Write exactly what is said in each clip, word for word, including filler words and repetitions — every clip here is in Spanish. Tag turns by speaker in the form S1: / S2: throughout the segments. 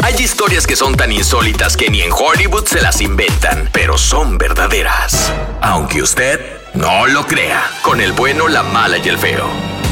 S1: Hay historias que son tan insólitas que ni en Hollywood se las inventan, pero son verdaderas. Aunque usted no lo crea, con el bueno, la mala y el feo.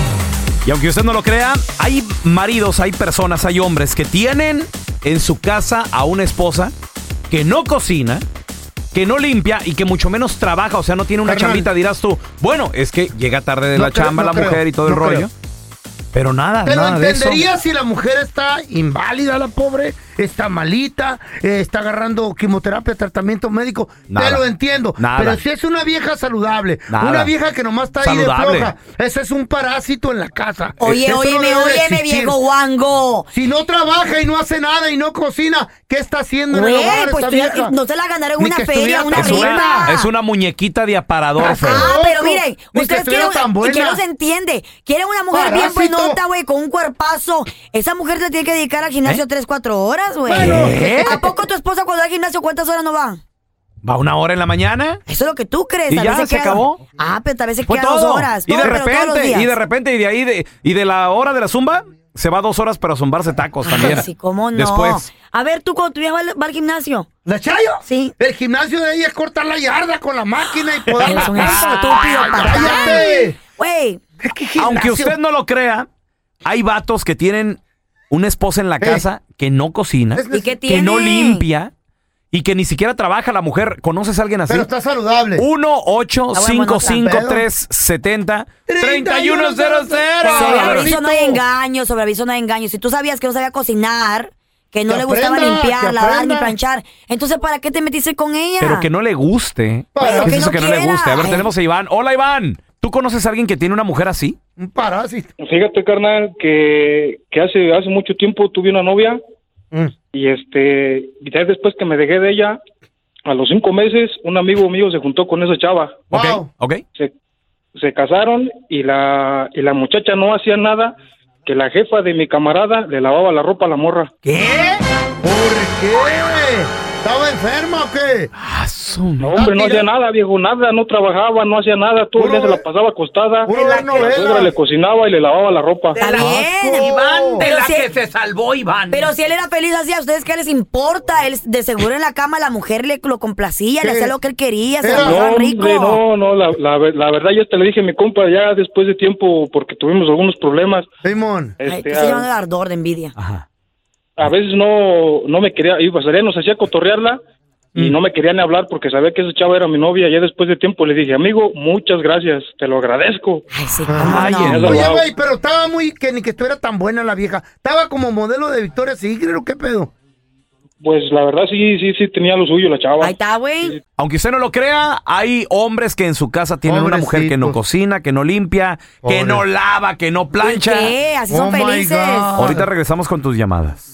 S2: Y aunque usted no lo crea, hay maridos, hay personas, hay hombres que tienen en su casa a una esposa que no cocina, que no limpia y que mucho menos trabaja, o sea, no tiene una
S3: Carnal.
S2: chambita, dirás tú. Bueno, es que llega tarde de
S3: No
S2: la
S3: creo,
S2: chamba
S3: no
S2: la
S3: creo,
S2: mujer y todo el
S3: no
S2: rollo.
S3: creo.
S2: Pero nada,
S3: Te lo
S2: nada de eso.
S3: entendería si la mujer está inválida, la pobre, está malita, eh, está agarrando quimioterapia, tratamiento médico.
S2: Nada.
S3: Te lo entiendo.
S2: Nada.
S3: Pero si es una vieja saludable,
S2: Nada.
S3: una vieja que nomás está
S2: Saludable.
S3: ahí de floja, ese es un parásito en la casa.
S4: Oye,
S3: Eso no
S4: óyeme,
S3: debe de
S4: óyeme,
S3: existir.
S4: viejo guango.
S3: Si no trabaja y no hace nada y no cocina, ¿qué está haciendo en el
S4: Güey,
S3: hogar
S4: pues
S3: esta
S4: tú ya-
S3: vieja?
S4: no se la ganaron en
S3: Ni
S4: una
S3: que
S4: feria,
S3: estuviera
S4: una
S3: tan
S2: Es
S4: rifa.
S2: una, es una muñequita de aparador,
S3: Ah,
S2: feo.
S4: Ah, pero
S3: loco.
S4: miren,
S3: Ni que
S4: ustedes
S3: estuviera
S4: quieren,
S3: tan buena.
S4: que no se entiende. Quieren una mujer
S3: Parásito.
S4: bien buenota, güey, con un cuerpazo. Esa mujer se tiene que dedicar al gimnasio tres, cuatro horas, güey.
S3: Bueno.
S2: ¿Qué?
S4: ¿A poco tu esposa cuando va al gimnasio cuántas horas no va?
S2: Va una hora en la mañana.
S4: Eso es lo que tú crees.
S2: ¿Y
S4: tal
S2: ya
S4: vez se
S2: se
S4: queda-
S2: acabó?
S4: Ah, pero tal vez se
S2: Fue
S4: queda
S2: todo.
S4: dos horas.
S2: y
S4: No,
S2: de
S4: pero todos los
S2: repente,
S4: días.
S2: y de repente, y de ahí de, y de la hora de la zumba, se va dos horas para zumbarse tacos también.
S4: Ay, sí, cómo no.
S2: Después.
S4: A ver, tú cuando tu vieja va al, va al gimnasio.
S3: ¿La Chayo?
S4: Sí.
S3: El gimnasio de ella es cortar la yarda con la máquina y poder...
S4: Eres un
S3: ¡Ah,
S4: estúpido patán.
S3: cállate!
S4: Güey,
S3: ¿Qué gimnasio?
S2: Aunque usted no lo crea, hay vatos que tienen una esposa en la casa que no cocina,
S3: Es-
S4: ¿y qué
S2: que
S4: tiene?
S2: no limpia y que ni siquiera trabaja la mujer. ¿Conoces a alguien así?
S3: Pero está saludable.
S2: uno ocho cinco cinco
S3: Pedo.
S2: tres siete cero tres uno cero cero.
S4: sobre
S3: Ah,
S4: aviso no hay
S3: Carlito.
S4: engaño, sobre aviso no hay engaño. Si tú sabías que no sabía cocinar, que no
S3: Que
S4: le gustaba
S3: aprenda,
S4: limpiar,
S3: que
S4: lavar ni
S3: aprenda.
S4: planchar, entonces ¿para qué te metiste con ella?
S2: Pero que no le guste.
S3: Pero
S2: ¿Qué
S4: que
S2: es eso
S4: no
S2: que no le
S4: quiera.
S2: guste? A ver,
S4: Ay.
S2: tenemos a Iván. Hola, Iván. ¿Tú conoces a alguien que tiene una mujer así?
S3: Un parásito.
S5: Fíjate, carnal, que, que hace hace mucho tiempo tuve una novia
S3: Mm.
S5: y este y ya después que me dejé de ella, a los cinco meses, un amigo mío se juntó con esa chava.
S2: Ok,
S3: Wow.
S2: ok.
S5: Se, se casaron y la y la muchacha no hacía nada que la jefa de mi camarada le lavaba la ropa a la morra.
S3: ¿Qué? ¿Por qué? ¿Estaba enferma o qué?
S2: Ah, su
S5: No,
S2: madre.
S5: hombre, no
S3: Ah,
S5: hacía
S3: mira.
S5: nada, viejo, nada, no trabajaba, no hacía nada, todo el día
S3: Puro
S5: se la pasaba acostada.
S3: Puro ver
S5: La suegra
S3: novelas.
S5: le cocinaba y le lavaba la ropa.
S4: Está bien.
S3: Iván,
S4: de la que
S2: se salvó, Iván.
S4: Pero si él era feliz así, ¿a ustedes qué les importa? Él de seguro en la cama la mujer le lo complacía, le
S3: ¿Qué?
S4: hacía lo que él quería, se
S3: Era-
S4: la
S5: No,
S4: pasaba rico.
S5: hombre, no, no, la, la, la verdad yo te le dije a mi compa ya después de tiempo porque tuvimos algunos problemas.
S3: Simón.
S4: Ay,
S5: Este,
S4: te estoy llamando de
S5: a,
S4: ardor, de envidia.
S2: Ajá.
S5: a veces no no me quería, iba a salir, nos hacía cotorrearla y no me quería ni hablar porque sabía que esa chava era mi novia. Ya después de tiempo le dije, amigo, muchas gracias, te lo agradezco.
S4: Ay, sí,
S3: Ay,
S4: cómo
S5: eso
S4: no.
S5: lo
S3: Oye,
S5: hago.
S3: güey, pero estaba muy... Que ni que estuviera tan buena la vieja. Estaba como modelo de Victoria's Secret, ¿o qué pedo?
S5: Pues la verdad sí, sí, sí tenía lo suyo la chava.
S4: Ahí está, güey.
S2: Aunque usted no lo crea, hay hombres que en su casa tienen una mujer que no
S3: Pobrecitos.
S2: cocina, que no limpia, que
S3: Pobre.
S2: no lava, que no plancha.
S4: ¿Qué? Así son
S3: Oh, my
S4: felices.
S3: God.
S2: Ahorita regresamos con tus llamadas.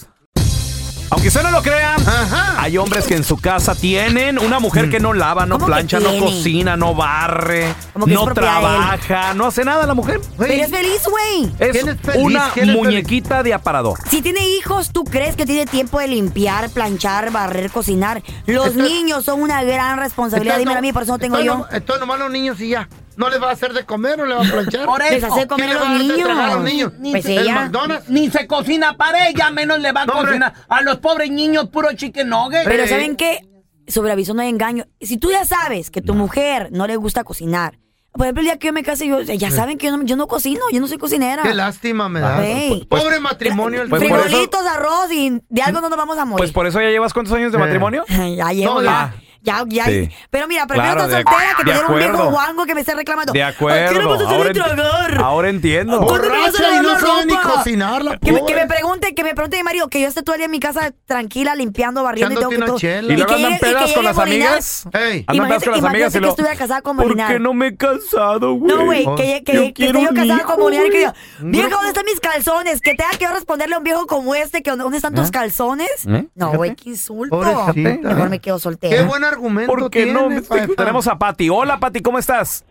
S2: Aunque usted no lo crea,
S3: Ajá.
S2: hay hombres que en su casa tienen una mujer que no lava, no
S4: ¿Cómo que
S2: plancha, no
S4: tiene?
S2: cocina, no barre,
S4: Como que es
S2: no
S4: propiedad de él.
S2: trabaja, no hace nada la mujer.
S4: Pero es feliz, güey.
S2: Es
S3: ¿Quién es feliz?
S2: una
S3: ¿Quién es
S2: muñequita de aparador.
S4: Si tiene hijos, ¿tú crees que tiene tiempo de limpiar, planchar, barrer, cocinar? Los
S3: Esto-
S4: niños son una gran responsabilidad.
S3: Esto
S4: Dímelo
S3: no-
S4: a mí, por eso no tengo
S3: esto
S4: yo.
S3: no- Esto nomás los niños y ya. ¿No les va a hacer de comer o le va a planchar?
S6: Por
S4: Les
S6: eso.
S4: hace comer
S3: ¿Quién
S4: a
S3: le va
S4: los
S3: a dar de tragar a los
S4: niños.
S3: niños?
S4: Pues
S3: ¿El
S4: ella.
S3: McDonald's?
S6: Ni se cocina para ella, menos le va a
S3: No, hombre.
S6: cocinar a los pobres niños puro chicken nugget.
S4: Pero
S3: Eh.
S4: ¿saben qué? Sobre aviso no hay engaño. Si tú ya sabes que tu mujer no le gusta cocinar, por ejemplo, el día que yo me case, yo, ya saben que yo no, yo no cocino, yo no soy cocinera.
S3: Qué lástima me da.
S4: Güey.
S3: Pobre matrimonio. el
S2: pues
S3: tuyo.
S2: por eso-
S4: Frijolitos, arroz y de algo no nos vamos a morir.
S2: Pues por eso ya llevas cuántos años de
S3: Eh.
S2: matrimonio.
S4: ya llevo,
S3: No,
S4: ya.
S2: ya.
S4: Ya, ya.
S2: Sí.
S4: Pero mira, prefiero
S2: Claro,
S4: estar
S2: de-
S4: soltera que
S2: de
S4: tener un viejo
S2: acuerdo.
S4: guango que me esté reclamando.
S2: De
S4: ¿A qué no
S2: acuerdo.
S4: vas a hacer
S2: Ahora,
S4: de tragar?
S2: ent- ahora entiendo.
S4: ¿Cuándo me vas a
S3: Borracha y
S4: lavar
S3: no
S4: la
S3: sabe ni
S4: ropa?
S3: cocinar la
S4: Que me,
S3: pobre.
S4: que me pregunte, que me pregunte mi marido, que yo esté todo el día en mi casa tranquila, limpiando, barriendo y tengo
S3: Echándote
S4: que
S3: una
S4: todo.
S3: chela.
S2: Y luego
S4: que
S2: andan
S4: llegue- y que
S2: pedas
S4: llegue
S2: con las
S4: Molinar.
S2: amigas.
S3: Ey.
S2: Andan pedas con las
S4: Imagínate-
S2: amigas y
S4: imagínate
S2: lo...
S4: que estuviera casada con
S2: ¿Por
S4: Molinar.
S2: qué no me he casado, güey?
S4: No, güey, que, que,
S2: Yo
S4: que esté
S2: quiero
S4: yo
S2: un
S4: casada
S2: hijo,
S4: con Molinar y que diga,
S3: güey.
S4: vieja, ¿dónde están mis calzones? Que tenga que yo responderle a un viejo como este, que ¿dónde están tus calzones?
S2: ¿Eh?
S4: No, güey, qué insulto.
S3: Pobrecita.
S4: Mejor me quedo soltera.
S3: Qué buen argumento
S2: ¿Por qué
S3: tiene,
S2: no?
S3: Paipa.
S2: Tenemos a Pati. Hola, Pati, ¿cómo estás?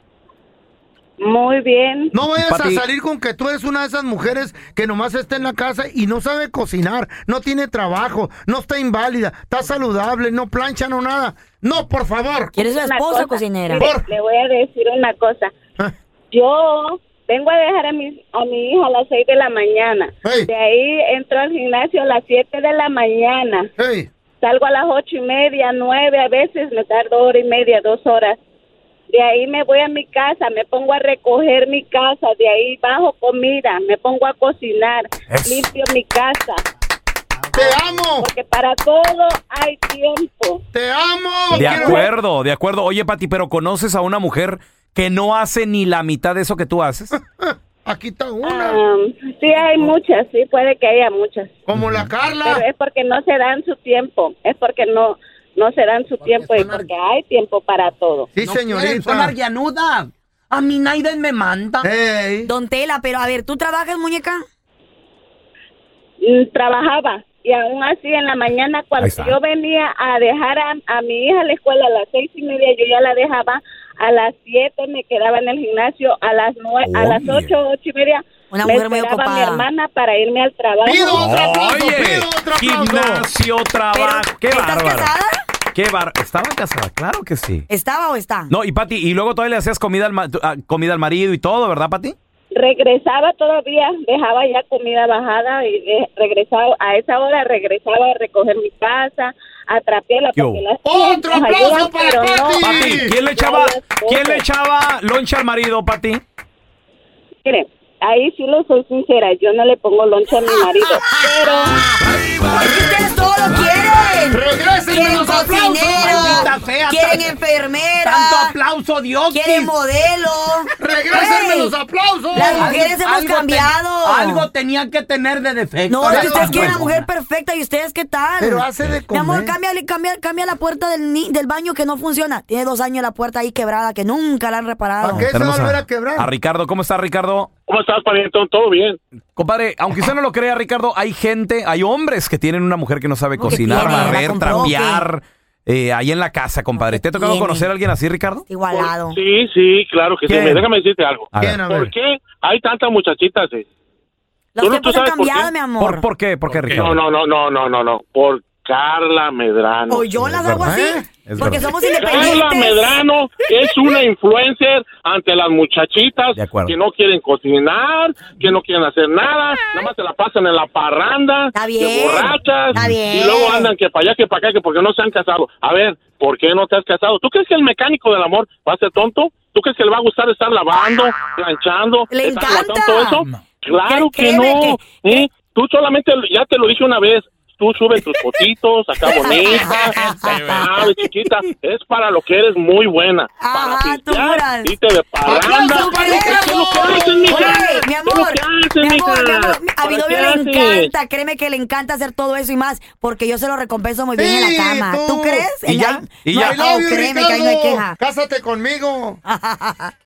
S7: Muy bien.
S3: No vayas
S2: Pati.
S3: a salir con que tú eres una de esas mujeres que nomás está en la casa y no sabe cocinar, no tiene trabajo, no está inválida, está saludable, no plancha, no nada. No, por favor.
S4: ¿Quieres una
S7: Una
S4: esposa
S7: cosa,
S4: cocinera?
S7: mire,
S3: Por-
S7: le voy a decir una cosa.
S3: Ah.
S7: Yo vengo a dejar a mi, a mi hija a las seis de la mañana.
S3: Hey.
S7: De ahí entro al gimnasio a las siete de la mañana.
S3: Hey.
S7: Salgo a las ocho y media, nueve, a veces me tardo hora y media, dos horas. De ahí me voy a mi casa, me pongo a recoger mi casa, de ahí bajo comida, me pongo a cocinar,
S2: Es.
S7: limpio mi casa.
S3: ¡Te amo!
S7: Porque para todo hay tiempo.
S3: ¡Te amo!
S2: De
S3: Quiero-
S2: acuerdo, de acuerdo. Oye, Pati, pero ¿conoces a una mujer que no hace ni la mitad de eso que tú haces?
S3: Aquí está una.
S7: Um, sí hay muchas, sí puede que haya muchas.
S3: Como la
S7: Pero
S3: Carla.
S7: es porque no se dan su tiempo, es porque no no se dan su tiempo y porque hay tiempo para todo.
S3: Sí,
S6: No quieren, son
S3: señorita.
S6: arguianudas. A mí nadie me manda.
S3: Hey.
S4: Don Tela, pero a ver, ¿tú trabajas, muñeca?
S7: Mm, Trabajaba y aún así en la mañana
S2: Ahí
S7: cuando
S2: está.
S7: yo venía a dejar a, a mi hija a la escuela a las seis y media, yo ya la dejaba, a las siete me quedaba en el gimnasio, a las nueve, a las
S2: Oye.
S7: ocho, ocho y media
S4: Una
S7: me
S4: mujer muy
S7: esperaba mi
S4: ocupada.
S7: hermana para irme al trabajo.
S3: Pido otro aplauso,
S2: Oye,
S3: pido otro aplauso.
S2: gimnasio, trabajo.
S4: Pero,
S2: Qué
S4: ¿estás
S2: bárbaro.
S4: casada?
S2: Qué bar... Estaba casada, claro que sí.
S4: ¿Estaba o está?
S2: No, y Pati, y luego todavía le hacías comida al, ma- ah, comida al marido y todo, ¿verdad, Pati?
S7: Regresaba todavía, dejaba ya comida bajada y de- regresaba, a esa hora regresaba a recoger mi casa, a trapearla
S2: ¿Qué
S7: porque
S2: hubo?
S7: las
S3: ¡Otro
S7: nos
S3: aplauso
S7: ayudan,
S3: para
S7: pero no
S3: Pati!
S2: Pati, ¿quién le echaba,
S7: las
S2: quién le
S7: cosas.
S2: echaba loncha al marido, Pati?
S7: Mire, ahí sí lo soy sincera, yo no le pongo loncha a mi marido, pero
S4: Es que ustedes todo lo quieren.
S3: ¡Regrésenme
S4: Quieren
S3: los aplausos!
S6: Maldita
S4: cocinero,
S6: sea,
S4: quieren
S6: tan-
S4: enfermera,
S6: Tanto aplauso, Dios.
S4: quieren modelo.
S3: ¡Regrésenme
S4: Ey,
S3: los aplausos!
S4: Las mujeres hemos
S6: Algo
S4: cambiado.
S6: ten- algo tenía que tener de defecto.
S4: No, es que
S3: Pero
S4: ustedes
S3: es
S4: quieren una
S3: buena.
S4: mujer perfecta y ustedes qué tal.
S3: Pero hace de
S4: Mi amor,
S3: comer.
S4: cámbiale, cambia, cambia la puerta del, ni- del baño que no funciona. Tiene dos años la puerta ahí quebrada que nunca la han reparado.
S3: ¿Para qué se va a
S2: Tenemos
S3: volver a quebrar?
S2: a Ricardo. ¿Cómo está, Ricardo?
S5: ¿Cómo estás, pariente? ¿Todo bien?
S2: Compadre, aunque usted no lo crea, Ricardo, hay gente, hay hombres que tienen una mujer que no sabe
S4: ¿Cómo que
S2: cocinar,
S4: tiene? ¿La
S2: barrer,
S4: compró o qué?
S2: trapear, eh, ahí en la casa, compadre. ¿Te ha tocado
S4: tiene?
S2: conocer a alguien así, Ricardo?
S4: Igualado.
S5: Sí, sí, claro que sí.
S2: ¿Quién?
S5: Mira, déjame decirte algo.
S2: A ver.
S3: ¿Quién? A ver.
S5: ¿Por qué hay tantas muchachitas? eh?
S4: Los
S5: ¿Tú no-
S4: tiempos
S5: tú
S4: han
S5: sabes por
S4: cambiado,
S5: qué?
S4: mi amor.
S2: ¿Por, por qué? ¿Por qué, Ricardo?
S5: No, no, no, no, no, no, no. Por Carla Medrano.
S4: O yo las hago
S2: verdad.
S4: así.
S3: ¿Eh?
S2: Es
S4: Porque
S2: verdad.
S4: somos
S5: Carla
S4: independientes.
S5: Medrano es una influencer ante las muchachitas
S2: De acuerdo.
S5: que no quieren cocinar, que no quieren hacer nada, nada más se la pasan en la parranda,
S4: Está
S5: de
S4: bien,
S5: borrachas,
S4: está bien.
S5: y luego andan que para allá, que para acá, que porque no se han casado. A ver, ¿por qué no te has casado? ¿Tú crees que el mecánico del amor va a ser tonto? ¿Tú crees que le va a gustar estar lavando, planchando,
S4: Le
S5: estar
S4: encanta.
S5: aguantando todo eso?
S2: No.
S5: Claro
S4: Cre-
S5: que
S4: créeme
S5: no.
S4: que-
S5: ¿eh? Tú solamente, ya te lo dije una vez, tú subes tus fotitos, acá bonita, sabes, chiquita, es para lo que eres muy buena.
S4: Ajá,
S5: para
S4: tú
S5: pistear,
S4: juras.
S5: irte de parranda.
S3: ¡Aplausos para
S5: ¿Qué es lo que haces,
S4: Güey,
S5: mija?
S4: mi
S5: ¿Qué es lo
S4: amor,
S5: que haces,
S4: mi amor,
S5: mija?
S4: mi amor, a mi
S5: ¿Para
S4: novio
S5: qué
S4: le
S5: haces?
S4: encanta, créeme que le encanta hacer todo eso y más, porque yo se lo recompenso muy bien en
S3: Sí,
S4: la cama.
S3: tú.
S4: ¿Tú crees?
S2: ¿Y
S4: En
S2: ya?
S4: la-
S2: ¿Y
S4: no,
S2: ya?
S3: I love
S4: oh,
S3: you,
S4: créeme que ahí no hay
S3: Ricardo.
S4: queja.
S3: Cásate conmigo.